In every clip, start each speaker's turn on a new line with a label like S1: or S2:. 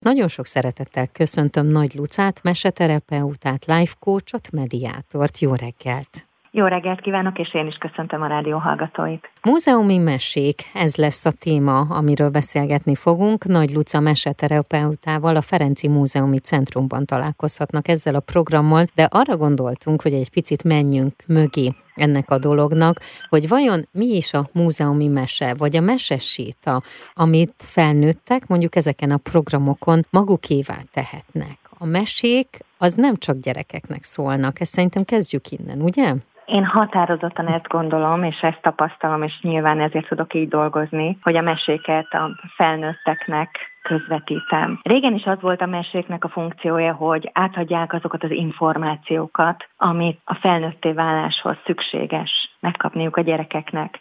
S1: nagyon sok szeretettel köszöntöm Nagy Lucát, meseterapeutát, life coachot, mediátort. Jó reggelt!
S2: Jó reggelt kívánok, és én is köszöntöm a rádió hallgatóit.
S1: Múzeumi mesék, ez lesz a téma, amiről beszélgetni fogunk. Nagy Luca meseterapeutával a Ferenci Múzeumi Centrumban találkozhatnak ezzel a programmal, de arra gondoltunk, hogy egy picit menjünk mögé ennek a dolognak, hogy vajon mi is a múzeumi mese, vagy a mesesséta, amit felnőttek mondjuk ezeken a programokon magukévá tehetnek. A mesék az nem csak gyerekeknek szólnak, ezt szerintem kezdjük innen, ugye?
S2: Én határozottan ezt gondolom, és ezt tapasztalom, és nyilván ezért tudok így dolgozni, hogy a meséket a felnőtteknek közvetítem. Régen is az volt a meséknek a funkciója, hogy átadják azokat az információkat, amit a felnőtté váláshoz szükséges megkapniuk a gyerekeknek.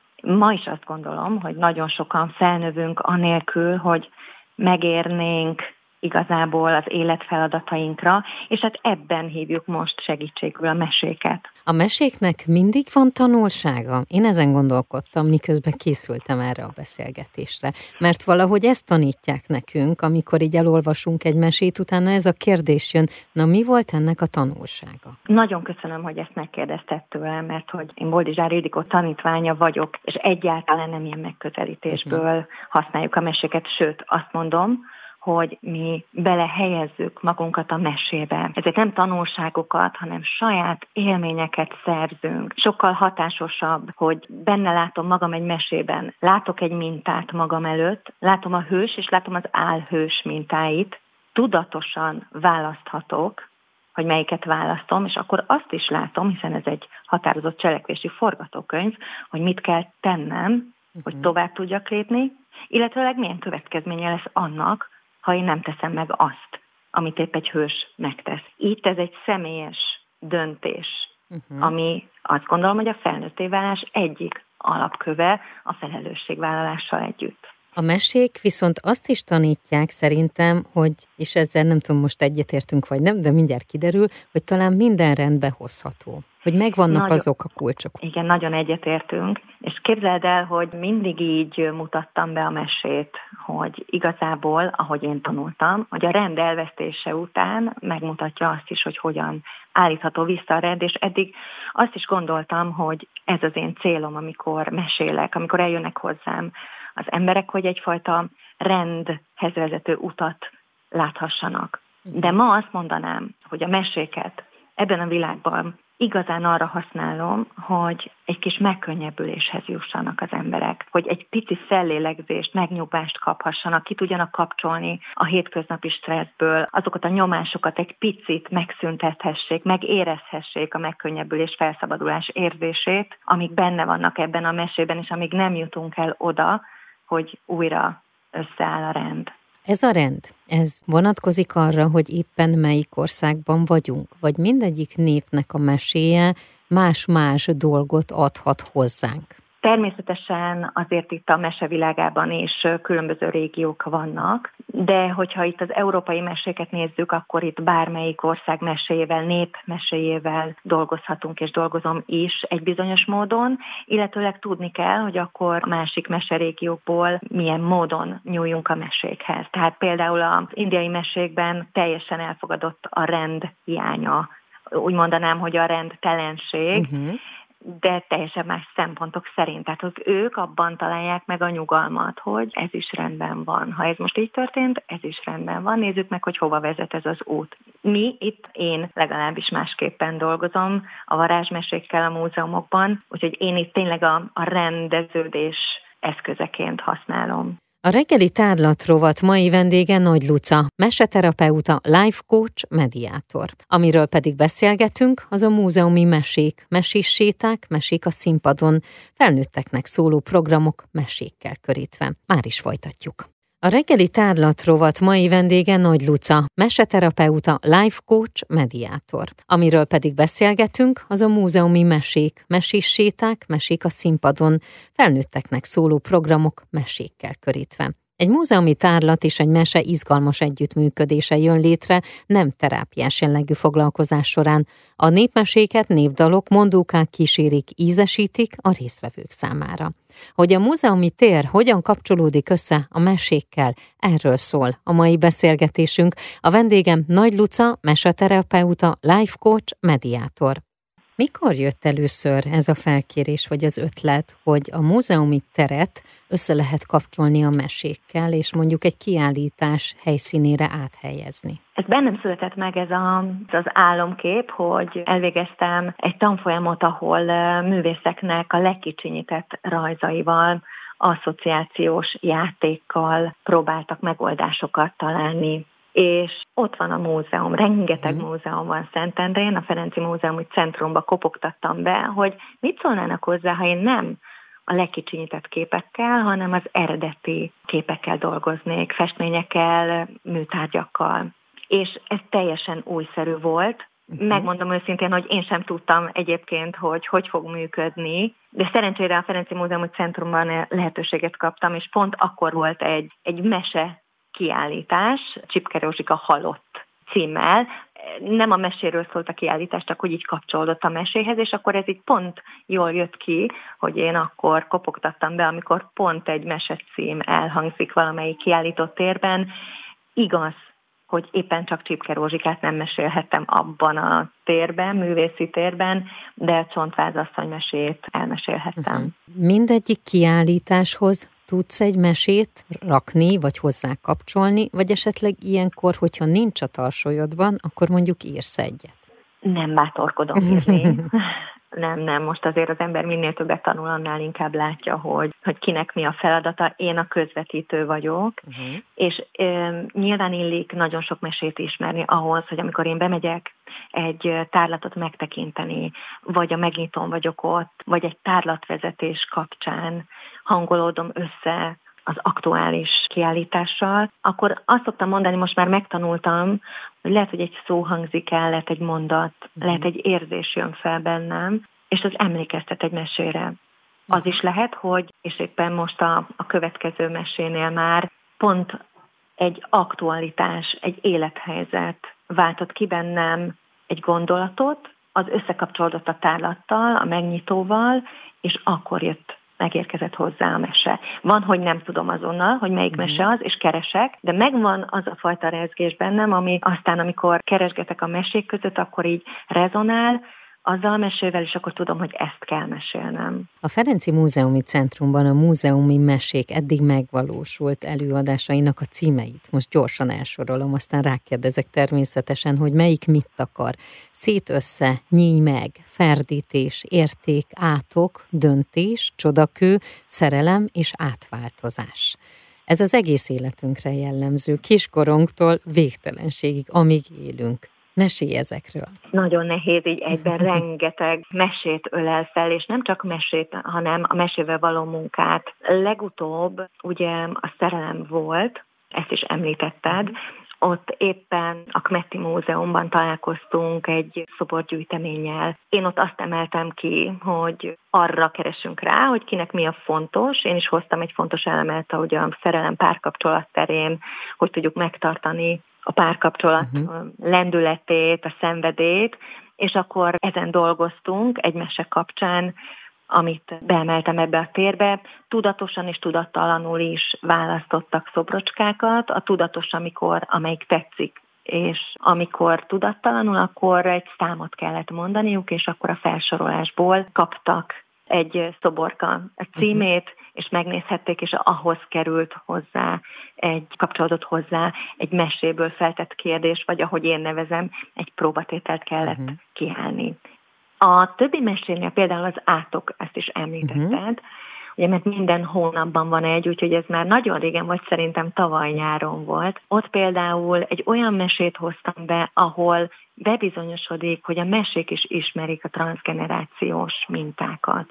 S2: Ma is azt gondolom, hogy nagyon sokan felnövünk anélkül, hogy megérnénk igazából az életfeladatainkra, és hát ebben hívjuk most segítségül a meséket.
S1: A meséknek mindig van tanulsága? Én ezen gondolkodtam, miközben készültem erre a beszélgetésre. Mert valahogy ezt tanítják nekünk, amikor így elolvasunk egy mesét, utána ez a kérdés jön, na mi volt ennek a tanulsága?
S2: Nagyon köszönöm, hogy ezt megkérdezted tőlem, mert hogy én Boldizsár Ildikó tanítványa vagyok, és egyáltalán nem ilyen megközelítésből használjuk a meséket, sőt azt mondom, hogy mi belehelyezzük magunkat a mesébe. Ezért nem tanulságokat, hanem saját élményeket szerzünk. Sokkal hatásosabb, hogy benne látom magam egy mesében. Látok egy mintát magam előtt, látom a hős és látom az álhős mintáit. Tudatosan választhatok, hogy melyiket választom, és akkor azt is látom, hiszen ez egy határozott cselekvési forgatókönyv, hogy mit kell tennem, hogy tovább tudjak lépni, illetőleg milyen következménye lesz annak, ha én nem teszem meg azt, amit épp egy hős megtesz. Itt ez egy személyes döntés, ami azt gondolom, hogy a felnőtté válás egyik alapköve a felelősségvállalással együtt.
S1: A mesék viszont azt is tanítják szerintem, hogy, és ezzel nem tudom, most egyetértünk vagy nem, de mindjárt kiderül, hogy talán minden rendbe hozható. Hogy megvannak azok a kulcsok.
S2: Igen, nagyon egyetértünk, és képzeld el, hogy mindig így mutattam be a mesét, hogy igazából, ahogy én tanultam, hogy a rend elvesztése után megmutatja azt is, hogy hogyan állítható vissza a rend, és eddig azt is gondoltam, hogy ez az én célom, amikor mesélek, amikor eljönnek hozzám az emberek, hogy egyfajta rendhez vezető utat láthassanak. De ma azt mondanám, hogy a meséket ebben a világban igazán arra használom, hogy egy kis megkönnyebbüléshez jussanak az emberek, hogy egy pici fellélegzést, megnyugvást kaphassanak, ki tudjanak kapcsolni a hétköznapi stresszből, azokat a nyomásokat egy picit megszüntethessék, megérezhessék a megkönnyebbülés, felszabadulás érzését, amik benne vannak ebben a mesében, és amíg nem jutunk el oda, hogy újra összeáll a rend.
S1: Ez a rend, ez vonatkozik arra, hogy éppen melyik országban vagyunk, vagy mindegyik népnek a meséje más-más dolgot adhat hozzánk?
S2: Természetesen azért itt a mesevilágában is különböző régiók vannak, de hogyha itt az európai meséket nézzük, akkor itt bármelyik ország meséjével, nép meséjével dolgozhatunk, és dolgozom is egy bizonyos módon, illetőleg tudni kell, hogy akkor a másik meserégiókból milyen módon nyúljunk a mesékhez. Tehát például az indiai mesékben teljesen elfogadott a rend hiánya. Úgy mondanám, hogy a rendtelenség, de teljesen más szempontok szerint. Tehát hogy ők abban találják meg a nyugalmat, hogy ez is rendben van. Ha ez most így történt, ez is rendben van. Nézzük meg, hogy hova vezet ez az út. Én legalábbis másképpen dolgozom a varázsmesékkel a múzeumokban, úgyhogy én itt tényleg a rendeződés eszközeként használom.
S1: A reggeli tárlatrovat mai vendége Nagy Luca, meseterapeuta, life coach, mediátor. Amiről pedig beszélgetünk, az a múzeumi mesék, mesés séták, mesék a színpadon, felnőtteknek szóló programok mesékkel körítve. Már is folytatjuk. A reggeli tárlatrovat mai vendége Nagy Luca, meseterapeuta, life coach, mediátor. Amiről pedig beszélgetünk, az a múzeumi mesék, mesés séták, mesék a színpadon, felnőtteknek szóló programok mesékkel körítve. Egy múzeumi tárlat és egy mese izgalmas együttműködése jön létre, nem terápiás jellegű foglalkozás során. A népmeséket névdalok, mondókák kísérik, ízesítik a résztvevők számára. Hogy a múzeumi tér hogyan kapcsolódik össze a mesékkel, erről szól a mai beszélgetésünk. A vendégem Nagy Luca, meseterapeuta, life coach, mediátor. Mikor jött először ez a felkérés vagy az ötlet, hogy a múzeumi teret össze lehet kapcsolni a mesékkel, és mondjuk egy kiállítás helyszínére áthelyezni?
S2: Ez bennem született meg az álomkép, hogy elvégeztem egy tanfolyamot, ahol művészeknek a legkicsinyített rajzaival, asszociációs játékkal próbáltak megoldásokat találni. És ott van a múzeum, rengeteg múzeum van Szentendrén, a Ferenci Múzeumi Centrumba kopogtattam be, hogy mit szólnának hozzá, ha én nem a legkicsinyített képekkel, hanem az eredeti képekkel dolgoznék, festményekkel, műtárgyakkal. És ez teljesen újszerű volt. Megmondom őszintén, hogy én sem tudtam egyébként, hogy fog működni, de szerencsére a Ferenci Múzeumi Centrumban lehetőséget kaptam, és pont akkor volt egy mese kiállítás, Csipke Rózsika halott címmel. Nem a meséről szólt a kiállítás, csak hogy így kapcsolódott a meséhez, és akkor ez így pont jól jött ki, hogy én akkor kopogtattam be, amikor pont egy mesecím elhangzik valamelyik kiállított térben. Igaz, hogy éppen csak Csipke Rózsikát nem mesélhettem abban a térben, művészi térben, de Csontváz asszony mesét elmesélhettem.
S1: Mindegyik kiállításhoz tudsz egy mesét rakni, vagy hozzá kapcsolni, vagy esetleg ilyenkor, hogyha nincs a tarsolyodban, akkor mondjuk írsz egyet?
S2: Nem bátorkodom írni. Nem, most azért az ember minél többet tanul, annál inkább látja, hogy kinek mi a feladata. Én a közvetítő vagyok, és nyilván illik nagyon sok mesét ismerni ahhoz, hogy amikor én bemegyek egy tárlatot megtekinteni, vagy a megnyitón vagyok ott, vagy egy tárlatvezetés kapcsán hangolódom össze az aktuális kiállítással, akkor azt szoktam mondani, most már megtanultam, hogy lehet, hogy egy szó hangzik el, lehet egy mondat, lehet egy érzés jön fel bennem, és az emlékeztet egy mesére. Az is lehet, hogy, és éppen most a következő mesénél már pont egy aktualitás, egy élethelyzet váltott ki bennem egy gondolatot, az összekapcsolódott a tárlattal, a megnyitóval, és akkor megérkezett hozzá a mese. Van, hogy nem tudom azonnal, hogy melyik mese az, és keresek, de megvan az a fajta rezgés bennem, ami aztán, amikor keresgetek a mesék között, akkor így rezonál azzal a mesével, és akkor tudom, hogy ezt kell mesélnem.
S1: A Ferenci Múzeumi Centrumban a múzeumi mesék eddig megvalósult előadásainak a címeit most gyorsan elsorolom, aztán rákérdezek természetesen, hogy melyik mit akar. Szét össze, nyíj meg, ferdítés, érték, átok, döntés, csodakő, szerelem és átváltozás. Ez az egész életünkre jellemző, kiskorunktól végtelenségig, amíg élünk. Mesélj ezekről.
S2: Nagyon nehéz így egyben, rengeteg mesét ölel fel, és nem csak mesét, hanem a mesével való munkát. Legutóbb ugye a szerelem volt, ezt is említetted, ott éppen a Kmetti Múzeumban találkoztunk egy szoborgyűjteménnyel. Én ott azt emeltem ki, hogy arra keresünk rá, hogy kinek mi a fontos. Én is hoztam egy fontos elemet, ahogy a szerelem párkapcsolat terén, hogy tudjuk megtartani a párkapcsolat lendületét, a szenvedét, és akkor ezen dolgoztunk egy mese kapcsán, amit beemeltem ebbe a térbe. Tudatosan és tudattalanul is választottak szobrocskákat. A tudatos, amelyik tetszik, és amikor tudattalanul, akkor egy számot kellett mondaniuk, és akkor a felsorolásból kaptak egy szoborka a címét, és megnézhették, és ahhoz került hozzá, kapcsolódott hozzá egy meséből feltett kérdés, vagy ahogy én nevezem, egy próbatételt kellett kiállni. A többi mesénél például az átok, ezt is említetted, ugye, mert minden hónapban van egy, úgyhogy ez már nagyon régen volt, szerintem tavaly nyáron volt. Ott például egy olyan mesét hoztam be, ahol bebizonyosodik, hogy a mesék is ismerik a transzgenerációs mintákat.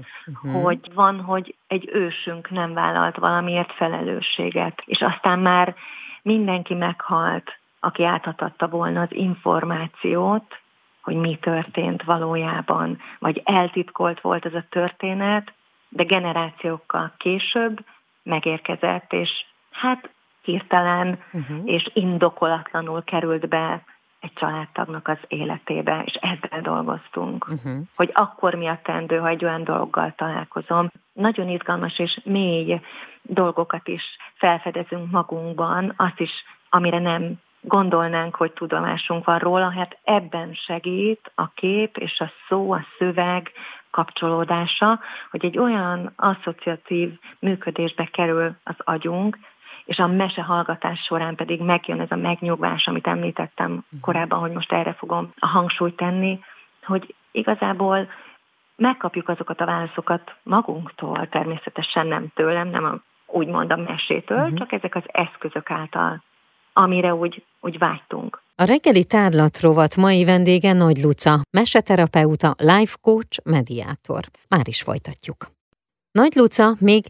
S2: Hogy van, hogy egy ősünk nem vállalt valamiért felelősséget, és aztán már mindenki meghalt, aki átadhatta volna az információt, hogy mi történt valójában, vagy eltitkolt volt ez a történet, de generációkkal később megérkezett, és Hát hirtelen és indokolatlanul került be egy családtagnak az életébe, és ezzel dolgoztunk. Hogy akkor mi a teendő, ha egy olyan dologgal találkozom. Nagyon izgalmas és mély dolgokat is felfedezünk magunkban, azt is, amire nem gondolnánk, hogy tudomásunk van róla, hát ebben segít a kép és a szó, a szöveg kapcsolódása, hogy egy olyan asszociatív működésbe kerül az agyunk, és a mesehallgatás során pedig megjön ez a megnyugvás, amit említettem korábban, hogy most erre fogom a hangsúlyt tenni, hogy igazából megkapjuk azokat a válaszokat magunktól, természetesen nem tőlem, nem úgymond a mesétől, csak ezek az eszközök által, amire úgy vágytunk.
S1: A reggeli tárlatrovat mai vendége Nagy Luca, meseterapeuta, life coach, mediátor. Már is folytatjuk. Nagy Luca még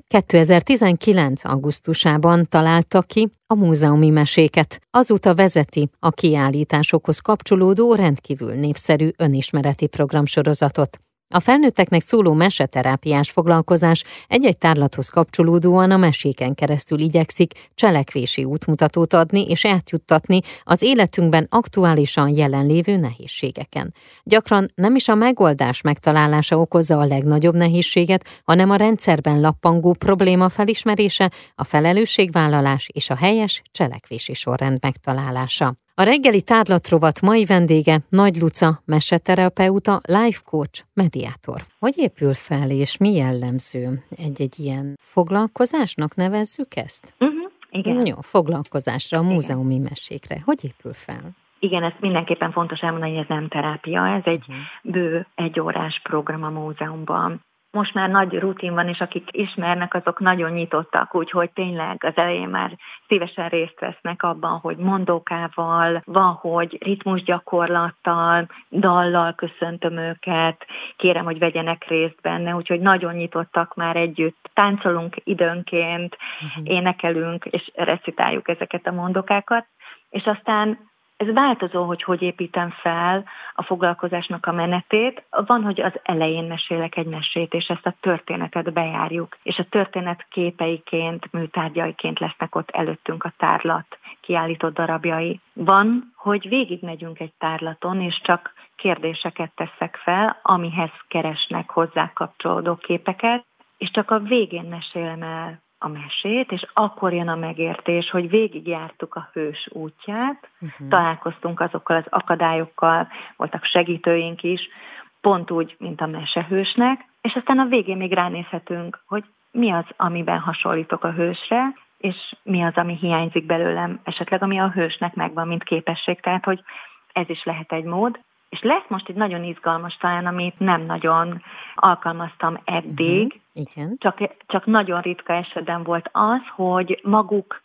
S1: 2019. augusztusában találta ki a múzeumi meséket. Azóta vezeti a kiállításokhoz kapcsolódó rendkívül népszerű önismereti programsorozatot. A felnőtteknek szóló meseterápiás foglalkozás egy-egy tárlathoz kapcsolódóan a meséken keresztül igyekszik cselekvési útmutatót adni és átjuttatni az életünkben aktuálisan jelenlévő nehézségeken. Gyakran nem is a megoldás megtalálása okozza a legnagyobb nehézséget, hanem a rendszerben lappangó probléma felismerése, a felelősségvállalás és a helyes cselekvési sorrend megtalálása. A reggeli tárlatrovat mai vendége Nagy Luca, meseterapeuta, life coach, mediátor. Hogy épül fel és mi jellemző egy ilyen foglalkozásnak nevezzük ezt?
S2: Igen.
S1: Jó, foglalkozásra, a múzeumi mesékre. Hogy épül fel?
S2: Igen, ezt mindenképpen fontos elmondani, hogy ez nem terápia, ez egy bő egyórás program a múzeumban. Most már nagy rutin van, és akik ismernek, azok nagyon nyitottak, úgyhogy tényleg az elején már szívesen részt vesznek abban, hogy mondókával, van, hogy ritmusgyakorlattal, dallal köszöntöm őket, kérem, hogy vegyenek részt benne, úgyhogy nagyon nyitottak már együtt. Táncolunk időnként, énekelünk, és recitáljuk ezeket a mondókákat, és aztán ez változó, hogy építem fel a foglalkozásnak a menetét. Van, hogy az elején mesélek egy mesét, és ezt a történetet bejárjuk. És a történet képeiként, műtárgyaiként lesznek ott előttünk a tárlat kiállított darabjai. Van, hogy végigmegyünk egy tárlaton, és csak kérdéseket teszek fel, amihez keresnek hozzá kapcsolódó képeket, és csak a végén mesélem el a mesét, és akkor jön a megértés, hogy végigjártuk a hős útját, találkoztunk azokkal az akadályokkal, voltak segítőink is, pont úgy, mint a mesehősnek, és aztán a végén még ránézhetünk, hogy mi az, amiben hasonlítok a hősre, és mi az, ami hiányzik belőlem, esetleg ami a hősnek megvan, mint képesség, tehát hogy ez is lehet egy mód. És lesz most egy nagyon izgalmas talán, amit nem nagyon alkalmaztam eddig,
S1: Igen.
S2: Csak nagyon ritka esetben volt az, hogy maguk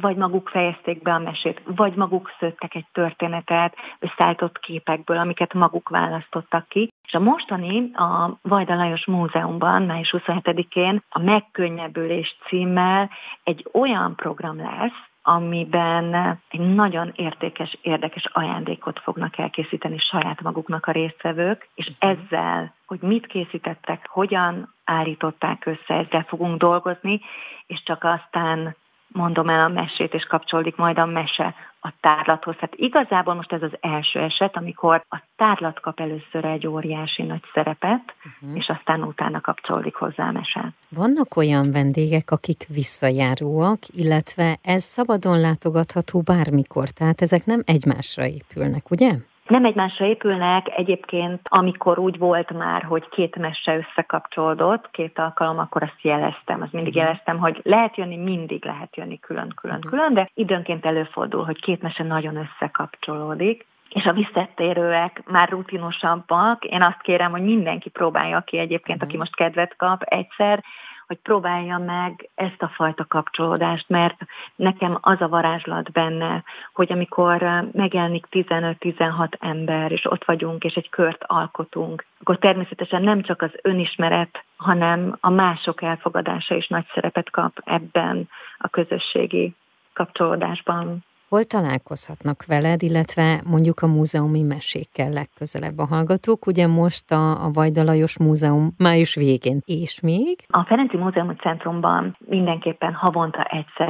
S2: fejezték be a mesét, vagy maguk szőttek egy történetet összeállított képekből, amiket maguk választottak ki. És a mostani, a Vajda Lajos Múzeumban, május 27-én a Megkönnyebbülés címmel egy olyan program lesz, amiben egy nagyon értékes, érdekes ajándékot fognak elkészíteni saját maguknak a résztvevők, és ezzel, hogy mit készítettek, hogyan állították össze, ezzel fogunk dolgozni, és csak aztán mondom el a mesét, és kapcsolódik majd a mese a tárlathoz. Hát igazából most ez az első eset, amikor a tárlat kap először egy óriási nagy szerepet, és aztán utána kapcsolódik hozzá a mese.
S1: Vannak olyan vendégek, akik visszajáróak, illetve ez szabadon látogatható bármikor, tehát ezek nem egymásra épülnek, ugye?
S2: Nem egymásra épülnek, egyébként amikor úgy volt már, hogy két mese összekapcsolódott, két alkalom, akkor azt jeleztem, azt mindig jeleztem, hogy lehet jönni, mindig lehet jönni külön, de időnként előfordul, hogy két mese nagyon összekapcsolódik, és a visszatérőek már rutinosabbak. Én azt kérem, hogy mindenki próbálja ki egyébként, aki most kedvet kap egyszer, hogy próbálja meg ezt a fajta kapcsolódást, mert nekem az a varázslat benne, hogy amikor megjelenik 15-16 ember, és ott vagyunk, és egy kört alkotunk, akkor természetesen nem csak az önismeret, hanem a mások elfogadása is nagy szerepet kap ebben a közösségi kapcsolódásban.
S1: Hol találkozhatnak veled, illetve mondjuk a múzeumi mesékkel legközelebb a hallgatók? Ugye most a Vajda Lajos Múzeum május végén. És még?
S2: A Ferenci Múzeumi Centrumban mindenképpen havonta egyszer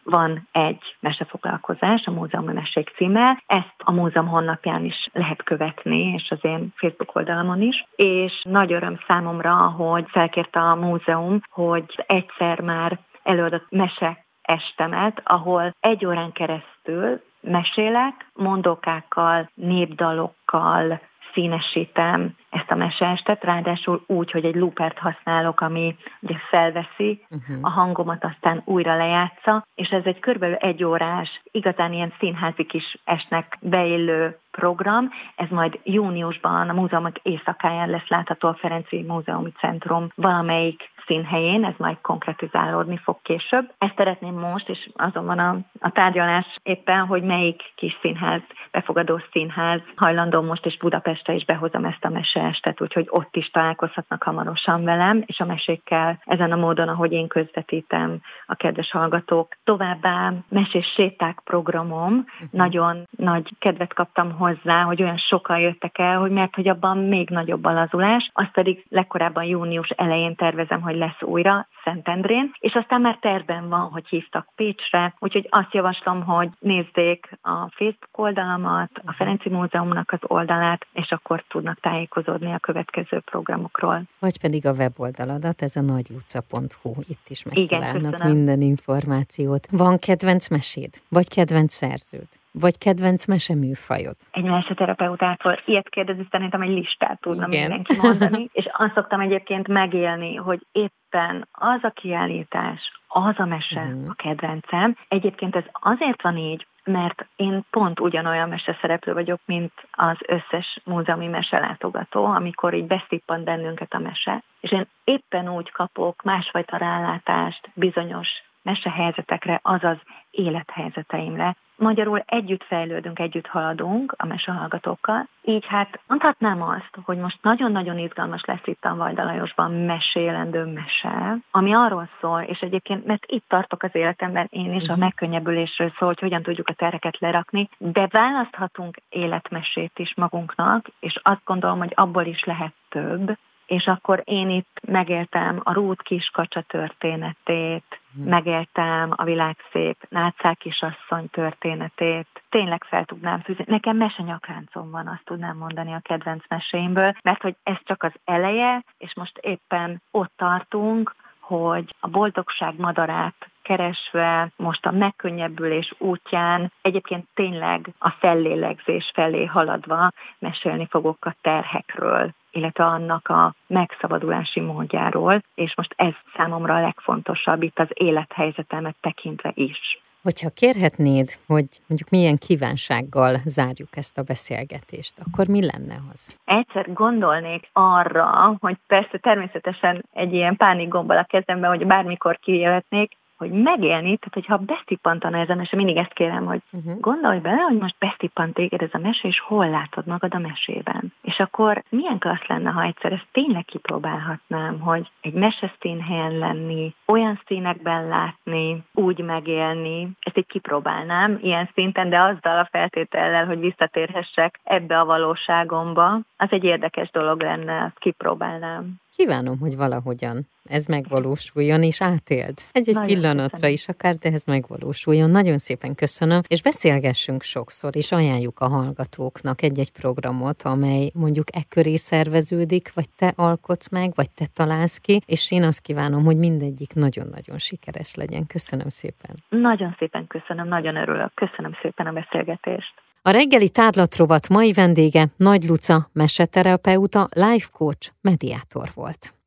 S2: van egy mesefoglalkozás, a Múzeumi Mesék címmel. Ezt a múzeum honlapján is lehet követni, és az én Facebook oldalamon is. És nagy öröm számomra, hogy felkérte a múzeum, hogy egyszer már előadott mese estemet, ahol 1 órán keresztül mesélek, mondókákkal, népdalokkal, színesítem ezt a meseestet, ráadásul úgy, hogy egy loopert használok, ami ugye felveszi a hangomat, aztán újra lejátsza, és ez egy körülbelül 1 órás, igazán ilyen színházi kis estnek beillő program. Ez majd júniusban a múzeumok éjszakáján lesz látható a Ferenci Múzeumi Centrum valamelyik színhelyén, ez majd konkretizálódni fog később. Ezt szeretném most, és azon van a tárgyalás éppen, hogy melyik kis színház, befogadó színház hajlandó most, és Budapestre is behozom ezt a meseestet, úgyhogy ott is találkozhatnak hamarosan velem, és a mesékkel ezen a módon, ahogy én közvetítem a kedves hallgatók. Továbbá mesés séták programom, nagyon nagy kedvet kaptam hozzá, hogy olyan sokan jöttek el, hogy abban még nagyobb a lazulás, azt pedig legkorábban június elején tervezem, hogy lesz újra Szentendrén, és aztán már tervben van, hogy hívtak Pécsre, úgyhogy azt javaslom, hogy nézzék a Facebook oldalamat, a Ferenci Múzeumnak az oldalát, és akkor tudnak tájékozódni a következő programokról.
S1: Vagy pedig a weboldaladat, ez a nagyluca.hu, itt is megtalálnak
S2: Igen,
S1: minden információt. Van kedvenc meséd? Vagy kedvenc szerződ? Vagy kedvenc meseműfajod?
S2: Egy meseterapeutától ilyet kérdezni, szerintem egy listát tudna mindenki mondani, és azt szoktam egyébként megélni, hogy éppen az a kiállítás, az a mese a kedvencem. Egyébként ez azért van így, mert én pont ugyanolyan meseszereplő vagyok, mint az összes múzeumi meselátogató, amikor így besztippant bennünket a mese. És én éppen úgy kapok másfajta rálátást bizonyos mesehelyzetekre, azaz élethelyzeteimre. Magyarul együtt fejlődünk, együtt haladunk a mesehallgatókkal. Így hát mondhatnám azt, hogy most nagyon-nagyon izgalmas lesz itt a Vajda Lajosban mesélendő mese, ami arról szól, és egyébként, mert itt tartok az életemben én is, a megkönnyebbülésről szól, hogy hogyan tudjuk a terheket lerakni, de választhatunk életmesét is magunknak, és azt gondolom, hogy abból is lehet több. És akkor én itt megéltem a Rút kiskacsa történetét, megéltem a világszép Nátszák kisasszony történetét. Tényleg fel tudnám fűzni. Nekem mesenyakláncom van, azt tudnám mondani a kedvenc meséimből, mert hogy ez csak az eleje, és most éppen ott tartunk, hogy a boldogság madarát keresve, most a megkönnyebbülés útján, egyébként tényleg a fellélegzés felé haladva mesélni fogok a terhekről, illetve annak a megszabadulási módjáról, és most ez számomra a legfontosabb itt az élethelyzetemet tekintve is.
S1: Hogyha kérhetnéd, hogy mondjuk milyen kívánsággal zárjuk ezt a beszélgetést, akkor mi lenne az?
S2: Egyszer gondolnék arra, hogy persze természetesen egy ilyen pánikgombbal a kezemben, hogy bármikor kijöhetnék, hogy megélni, tehát hogyha besztippantana ez a mese, mindig ezt kérem, hogy gondolj bele, hogy most besztippant téged ez a mese, és hol látod magad a mesében. És akkor milyen klassz lenne, ha egyszer ezt tényleg kipróbálhatnám, hogy egy meseszínhelyen lenni, olyan színekben látni, úgy megélni, ezt így kipróbálnám ilyen szinten, de azzal a feltétellel, hogy visszatérhessek ebbe a valóságomba, az egy érdekes dolog lenne, azt kipróbálnám.
S1: Kívánom, hogy valahogyan ez megvalósuljon, és átéld. Egy pillanatra
S2: köszönöm.
S1: is akár, de ez megvalósuljon. Nagyon szépen köszönöm, és beszélgessünk sokszor, és ajánljuk a hallgatóknak egy-egy programot, amely mondjuk köré szerveződik, vagy te alkotsz meg, vagy te találsz ki, és én azt kívánom, hogy mindegyik nagyon-nagyon sikeres legyen. Köszönöm szépen.
S2: Nagyon szépen köszönöm, nagyon örülök. Köszönöm szépen a beszélgetést.
S1: A reggeli tárlatrovat mai vendége Nagy Luca, meseterapeuta, life coach, mediátor volt.